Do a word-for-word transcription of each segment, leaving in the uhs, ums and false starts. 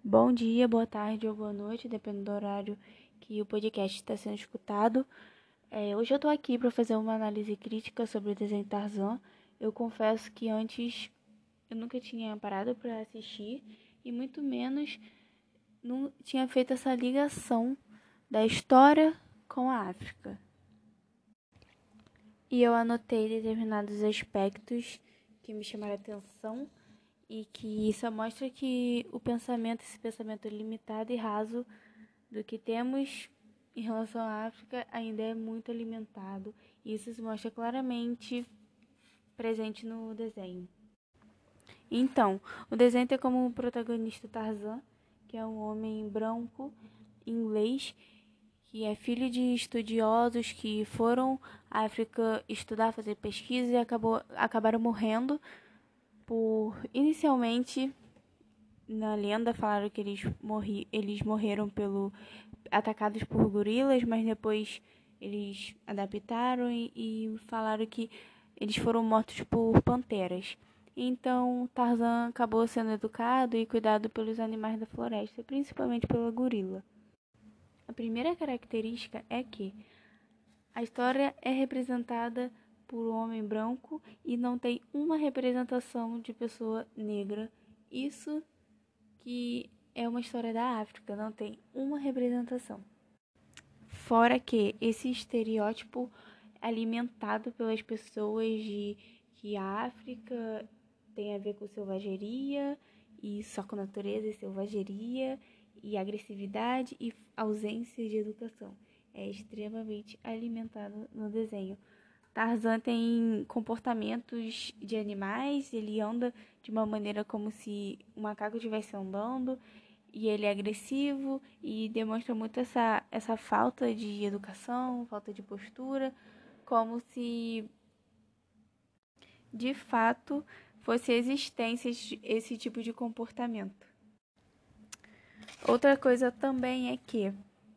Bom dia, boa tarde ou boa noite, dependendo do horário que o podcast está sendo escutado. É, hoje eu estou aqui para fazer uma análise crítica sobre o desenho Tarzan. Eu confesso que antes eu nunca tinha parado para assistir e muito menos não tinha feito essa ligação da história com a África. E eu anotei determinados aspectos que me chamaram a atenção e que isso mostra que o pensamento, esse pensamento limitado e raso do que temos em relação à África ainda é muito alimentado. E isso se mostra claramente presente no desenho. Então, o desenho tem como protagonista Tarzan, que é um homem branco inglês que é filho de estudiosos que foram à África estudar, fazer pesquisa e acabou, acabaram morrendo por, inicialmente, na lenda falaram que eles, morri, eles morreram pelo atacados por gorilas, mas depois eles adaptaram e, e falaram que eles foram mortos por panteras. Então Tarzan acabou sendo educado e cuidado pelos animais da floresta, principalmente pela gorila. A primeira característica é que a história é representada por um homem branco e não tem uma representação de pessoa negra. Isso que é uma história da África, não tem uma representação. Fora que esse estereótipo alimentado pelas pessoas de que a África tem a ver com selvageria e só com natureza e selvageria e agressividade e ausência de educação. É extremamente alimentado no desenho. Tarzan tem comportamentos de animais, ele anda de uma maneira como se um macaco estivesse andando, e ele é agressivo e demonstra muito essa, essa falta de educação, falta de postura, como se de fato fosse existência esse tipo de comportamento. Outra coisa também é que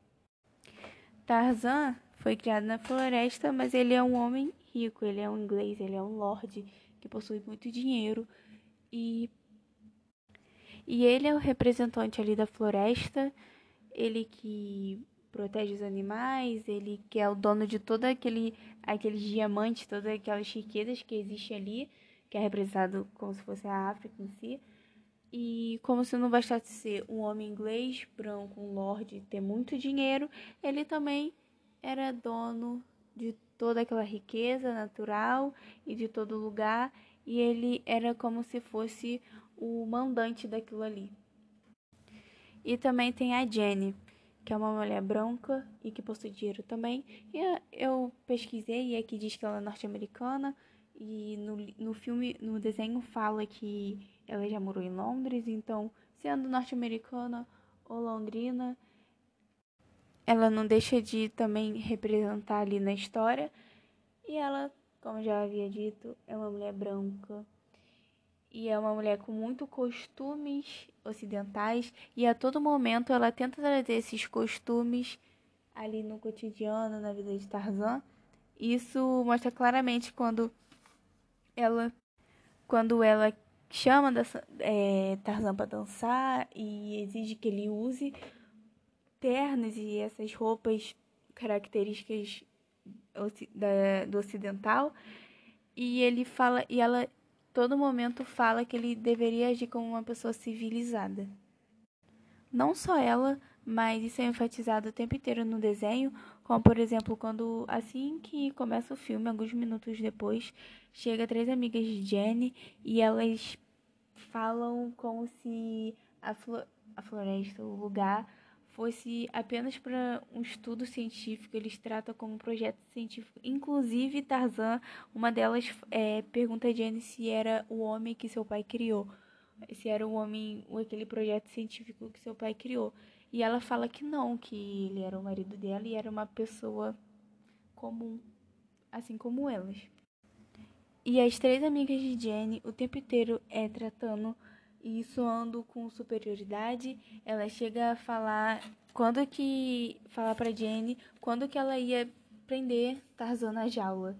Tarzan foi criado na floresta, mas ele é um homem rico, ele é um inglês, ele é um lord que possui muito dinheiro e, e ele é o representante ali da floresta, ele que protege os animais, ele que é o dono de todo aquele aqueles diamantes, todas aquelas riquezas que existem ali, que é representado como se fosse a África em si. E como se não bastasse ser um homem inglês, branco, um lord, ter muito dinheiro, ele também era dono de toda aquela riqueza natural e de todo lugar, e ele era como se fosse o mandante daquilo ali. E também tem a Jenny, que é uma mulher branca e que possui dinheiro também. E eu pesquisei e aqui diz que ela é norte-americana. E no, no filme, no desenho fala que ela já morou em Londres. Então, sendo norte-americana ou londrina, ela não deixa de também representar ali na história. E ela, como já havia dito, é uma mulher branca e é uma mulher com muito costumes ocidentais e a todo momento ela tenta trazer esses costumes ali no cotidiano, na vida de Tarzan. Isso mostra claramente quando ela quando ela chama é, Tarzan para dançar e exige que ele use ternos e essas roupas características do ocidental, e ele fala e ela todo momento fala que ele deveria agir como uma pessoa civilizada. Não só ela, mas isso é enfatizado o tempo inteiro no desenho, como por exemplo, quando assim que começa o filme, alguns minutos depois, chega três amigas de Jenny e elas falam como se a, flo a floresta, o lugar, fosse apenas para um estudo científico. Eles tratam como um projeto científico. Inclusive, Tarzan, uma delas é, pergunta a Jenny se era o homem que seu pai criou. Se era o homem, aquele projeto científico que seu pai criou. E ela fala que não, que ele era o marido dela e era uma pessoa comum, assim como elas. E as três amigas de Jenny o tempo inteiro é tratando e soando com superioridade. Ela chega a falar quando que falar para Jenny quando que ela ia prender Tarzan na jaula.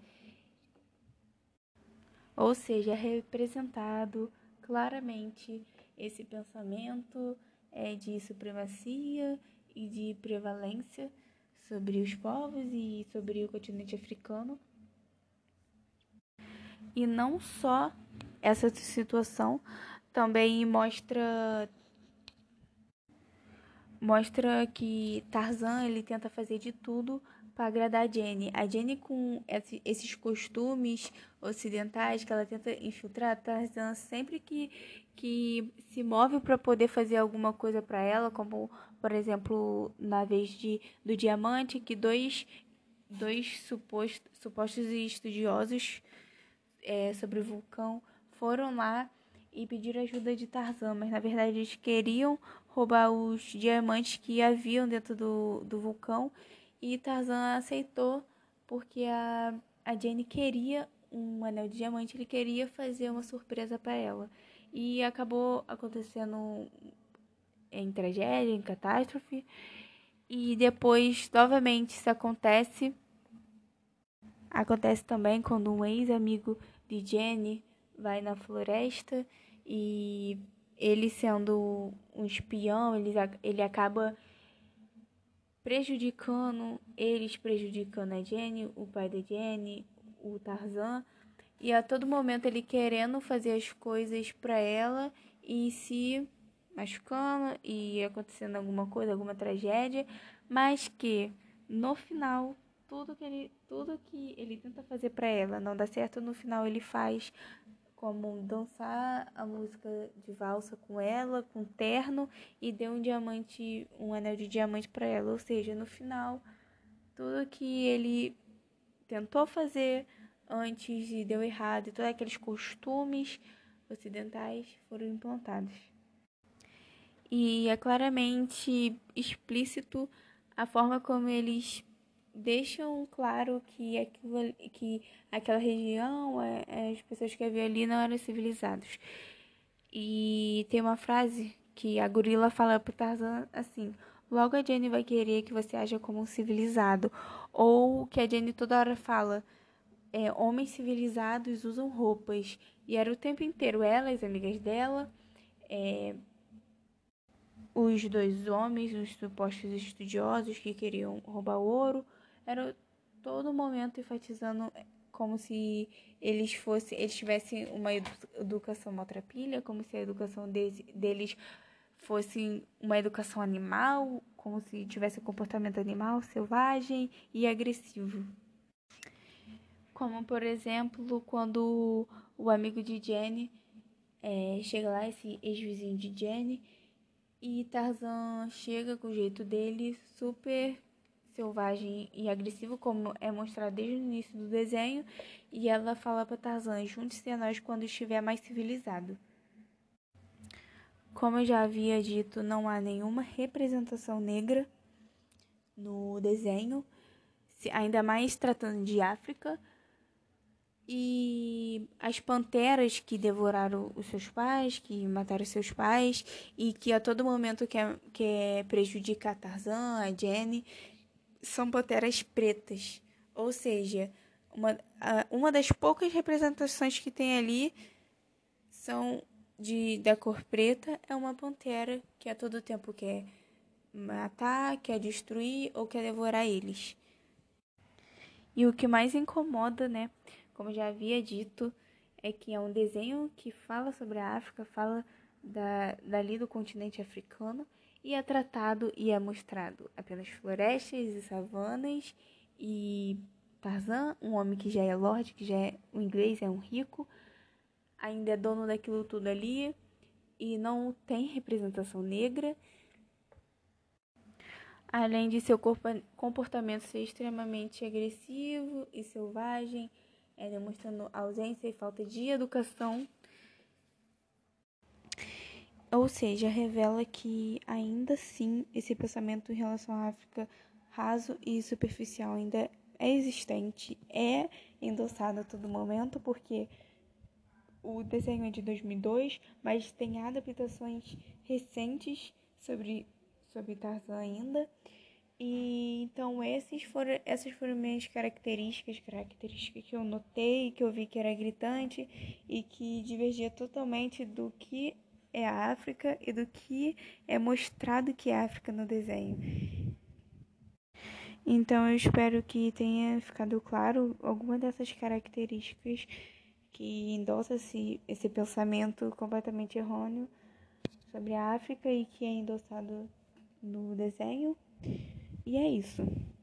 Ou seja, é representado claramente esse pensamento, é, de supremacia e de prevalência sobre os povos e sobre o continente africano. E não só essa situação, também mostra mostra que Tarzan ele tenta fazer de tudo para agradar a Jenny. A Jenny, com esses costumes ocidentais que ela tenta infiltrar, Tarzan sempre que, que se move para poder fazer alguma coisa para ela, como por exemplo na vez de, do diamante, que dois, dois supost, supostos estudiosos é, sobre o vulcão foram lá e pediram ajuda de Tarzan, mas na verdade eles queriam roubar os diamantes que haviam dentro do, do vulcão, e Tarzan aceitou porque a, a Jenny queria um anel de diamante, ele queria fazer uma surpresa para ela. E acabou acontecendo em tragédia, em catástrofe, e depois novamente isso acontece. Acontece também quando um ex-amigo de Jenny vai na floresta e ele, sendo um espião, ele, ele acaba prejudicando, eles prejudicando a Jenny, o pai da Jenny, o Tarzan, e a todo momento ele querendo fazer as coisas para ela e se machucando e acontecendo alguma coisa, alguma tragédia, mas que no final tudo que ele, tudo que ele tenta fazer para ela não dá certo, no final ele faz, como dançar a música de valsa com ela, com terno, e deu um diamante, um anel de diamante para ela. Ou seja, no final, tudo que ele tentou fazer antes e deu errado, e todos aqueles costumes ocidentais foram implantados. E é claramente explícito a forma como eles deixam claro que, aquilo, que aquela região, as pessoas que haviam ali não eram civilizados. E tem uma frase que a gorila fala pro Tarzan assim: logo a Jenny vai querer que você haja como um civilizado. Ou que a Jenny toda hora fala: é, homens civilizados usam roupas. E era o tempo inteiro ela, as amigas dela, é, os dois homens, os supostos estudiosos que queriam roubar o ouro. Era todo momento enfatizando como se eles fossem, eles tivessem uma educação maltrapilha, como se a educação deles, deles fosse uma educação animal, como se tivesse um comportamento animal, selvagem e agressivo. Como, por exemplo, quando o amigo de Jenny é, chega lá, esse ex-vizinho de Jenny, e Tarzan chega com o jeito dele, super selvagem e agressivo, como é mostrado desde o início do desenho, e ela fala para Tarzan: junte-se a nós quando estiver mais civilizado. Como eu já havia dito, não há nenhuma representação negra no desenho, ainda mais tratando de África. E as panteras que devoraram os seus pais, que mataram seus pais, e que a todo momento quer, quer prejudicar Tarzan, a Jenny, são panteras pretas. Ou seja, uma, uma das poucas representações que tem ali são de, da cor preta, é uma pantera que a todo tempo quer matar, quer destruir ou quer devorar eles. E o que mais incomoda, né, como já havia dito, é que é um desenho que fala sobre a África, fala da, dali do continente africano, e é tratado e é mostrado apenas florestas e savanas, e Tarzan, um homem que já é lorde, que já é um inglês, é um rico, ainda é dono daquilo tudo ali, e não tem representação negra, além de seu comportamento ser extremamente agressivo e selvagem, é, demonstrando ausência e falta de educação. Ou seja, revela que ainda assim esse pensamento em relação à África raso e superficial ainda é existente, é endossado a todo momento, porque o desenho é de dois mil e dois, mas tem adaptações recentes sobre, sobre Tarzan ainda. E então esses foram, essas foram minhas características, características que eu notei, que eu vi que era gritante e que divergia totalmente do que é a África e do que é mostrado que é a África no desenho. Então eu espero que tenha ficado claro alguma dessas características que endossa esse, esse pensamento completamente errôneo sobre a África e que é endossado no desenho. E é isso.